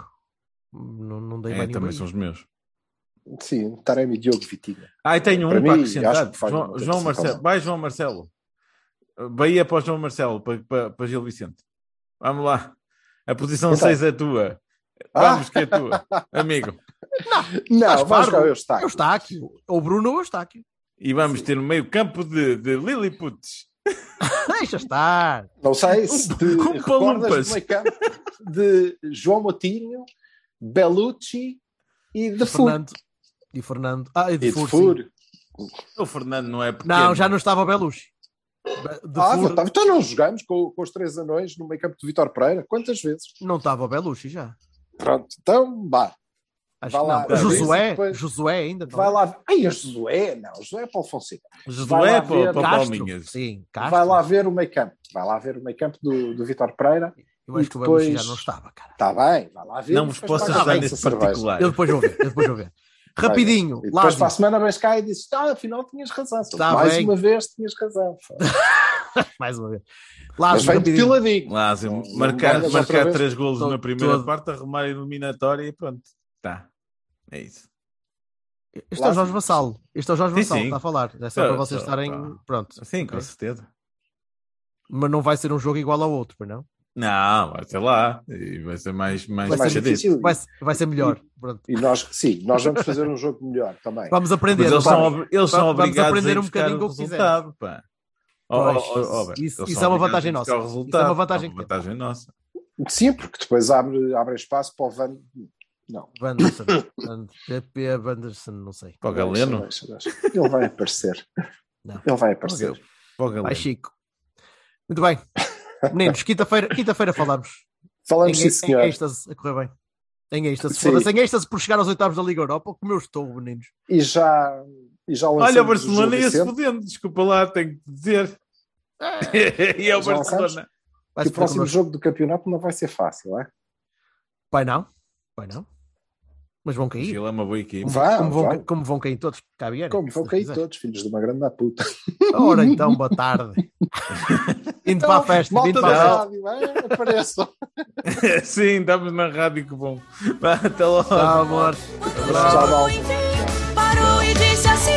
Speaker 8: Não dei mais
Speaker 9: Também
Speaker 8: nenhum.
Speaker 9: são os meus.
Speaker 4: Sim, Taremi, Diogo, Vitinha.
Speaker 9: E tenho
Speaker 4: Para
Speaker 9: um para
Speaker 4: mim,
Speaker 9: acrescentar.
Speaker 4: acho que faz muito
Speaker 9: João
Speaker 4: acrescentar
Speaker 9: Marcelo.
Speaker 4: lá.
Speaker 9: Vai, João Marcelo. Bahia para o João Marcelo, para Gil Vicente. Vamos lá. A posição
Speaker 4: Então.
Speaker 9: 6 é tua. Vamos, que é tua. Amigo.
Speaker 4: Não, vai
Speaker 8: Faro,
Speaker 4: jogar o Eustáquio.
Speaker 8: Eustáquio. Ou Bruno ou Eustáquio.
Speaker 9: E vamos ter no meio campo de Lilliputes.
Speaker 8: Deixa estar.
Speaker 4: Não sei se te
Speaker 9: com
Speaker 4: recordas
Speaker 9: palumpas.
Speaker 4: do meio campo de João Moutinho, Bellucci e de Furo.
Speaker 8: Fernando. E
Speaker 4: E
Speaker 8: de
Speaker 4: de
Speaker 8: Furo.
Speaker 4: Furo.
Speaker 9: O Fernando não é pequeno.
Speaker 8: Não, já não estava o Belushi. De Furo,
Speaker 4: Então não jogamos com os três anões no meio campo de Vítor Pereira? Quantas vezes?
Speaker 8: não estava o Belushi já.
Speaker 4: Pronto, então vá.
Speaker 8: Acho
Speaker 4: Vai
Speaker 8: que
Speaker 4: lá,
Speaker 8: não.
Speaker 4: Josué, e depois-
Speaker 8: Josué ainda. não.
Speaker 4: Vai lá. Ai, a Josué, não. Josué é Paulo Fonseca. Vai
Speaker 9: Josué
Speaker 4: lá
Speaker 9: para
Speaker 4: ver.
Speaker 9: para
Speaker 8: Castro.
Speaker 9: Palminhas.
Speaker 8: Sim, Castro.
Speaker 4: Vai lá ver o meio campo. Vai lá ver o meio campo do Vítor Pereira.
Speaker 8: Eu acho
Speaker 4: e
Speaker 8: que o Belushi
Speaker 4: depois-
Speaker 8: já não estava, cara.
Speaker 4: Está bem, vai lá ver.
Speaker 9: Não
Speaker 4: e
Speaker 9: vos
Speaker 4: depois
Speaker 9: posso
Speaker 4: vai
Speaker 9: ajudar
Speaker 4: lá
Speaker 9: nesse
Speaker 4: essa cerveja.
Speaker 9: particular.
Speaker 8: Eu depois vou ver. Rapidinho,
Speaker 4: E depois
Speaker 8: Lázio.
Speaker 4: para a semana vais cá e dizes: afinal tinhas razão.
Speaker 8: Tá
Speaker 4: Mais
Speaker 8: bem.
Speaker 4: uma vez tinhas razão.
Speaker 8: Mais uma vez.
Speaker 4: Mas
Speaker 8: Lázio,
Speaker 4: vem
Speaker 8: rapidinho.
Speaker 4: defiladinho.
Speaker 9: Lázio,
Speaker 4: Não
Speaker 9: marcar
Speaker 4: ganhas outra vez?
Speaker 9: 3 golos
Speaker 8: Todo-
Speaker 9: na primeira
Speaker 8: todo.
Speaker 9: parte, arrumar a eliminatória e pronto. Tá. É isso.
Speaker 8: Este é o Jorge Vassalo. Este é o Jorge
Speaker 9: Sim,
Speaker 8: Vassalo,
Speaker 9: sim.
Speaker 8: está a falar. É só para vocês
Speaker 9: Só,
Speaker 8: estarem.
Speaker 9: pá.
Speaker 8: Pronto.
Speaker 9: Sim,
Speaker 8: Ok.
Speaker 9: com certeza.
Speaker 8: Mas não vai ser um jogo igual ao outro, pois não?
Speaker 9: Não, vai ser lá. E vai ser mais
Speaker 4: Vai ser
Speaker 9: fechadito.
Speaker 4: difícil.
Speaker 8: Vai ser melhor. Pronto.
Speaker 4: E nós vamos fazer um jogo melhor também.
Speaker 8: Vamos aprender.
Speaker 9: Mas eles
Speaker 8: não
Speaker 9: são,
Speaker 8: vamos?
Speaker 9: eles são
Speaker 8: Vamos
Speaker 9: obrigados
Speaker 8: aprender
Speaker 9: a
Speaker 8: um
Speaker 9: buscar
Speaker 8: bocadinho
Speaker 9: o
Speaker 8: com o que
Speaker 9: resultado, pá.
Speaker 8: Pois,
Speaker 9: Beto,
Speaker 8: isso
Speaker 9: eles
Speaker 8: é
Speaker 9: são
Speaker 8: uma
Speaker 9: obrigados
Speaker 8: vantagem
Speaker 9: a buscar
Speaker 8: nossa.
Speaker 9: o
Speaker 8: Isso é
Speaker 9: resultado.
Speaker 8: uma vantagem
Speaker 9: É uma
Speaker 8: que temos.
Speaker 9: vantagem nossa.
Speaker 4: Sim, porque depois abre espaço para o Van. Não.
Speaker 8: Vanderson. PP Vanderson, não sei.
Speaker 9: Para o Galeno.
Speaker 4: Deixa. Ele vai aparecer.
Speaker 8: Não.
Speaker 4: Ele vai aparecer.
Speaker 9: Para o Galeno.
Speaker 8: Vai, Chico. Muito bem. Meninos, quinta-feira falamos.
Speaker 4: Falamos, sim,
Speaker 8: Em
Speaker 4: senhor.
Speaker 8: êxtase, a correr bem. Em êxtase.
Speaker 4: Sim.
Speaker 8: Foda-se, em êxtase por chegar aos oitavos da Liga Europa, como eu estou, meninos.
Speaker 4: E já lançamos
Speaker 9: Olha, o Barcelona
Speaker 4: Gil
Speaker 9: ia-se
Speaker 4: Vicente,
Speaker 9: fodendo. Desculpa lá, tenho que te dizer. E é o
Speaker 4: Já lançamos?
Speaker 9: Barcelona.
Speaker 8: Vai
Speaker 4: que
Speaker 8: se
Speaker 4: o próximo
Speaker 8: connosco.
Speaker 4: jogo do campeonato não vai ser fácil, é?
Speaker 8: Vai não. Mas vão
Speaker 9: O
Speaker 8: cair.
Speaker 9: Gil é uma boa equipe.
Speaker 8: Como vão cair todos que cá vierem.
Speaker 4: Como vão
Speaker 8: se
Speaker 4: cair
Speaker 8: quiser.
Speaker 4: todos, filhos de uma grande da puta.
Speaker 8: Ora então, boa tarde. Indo para a festa.
Speaker 4: Malta
Speaker 8: Indo
Speaker 4: da
Speaker 8: para a festa.
Speaker 4: rádio, apareçam.
Speaker 9: Sim, estamos na rádio, que bom. Vá, até logo.
Speaker 8: Tchau, amor.
Speaker 4: Tchau, malta.
Speaker 1: Parou e disse assim.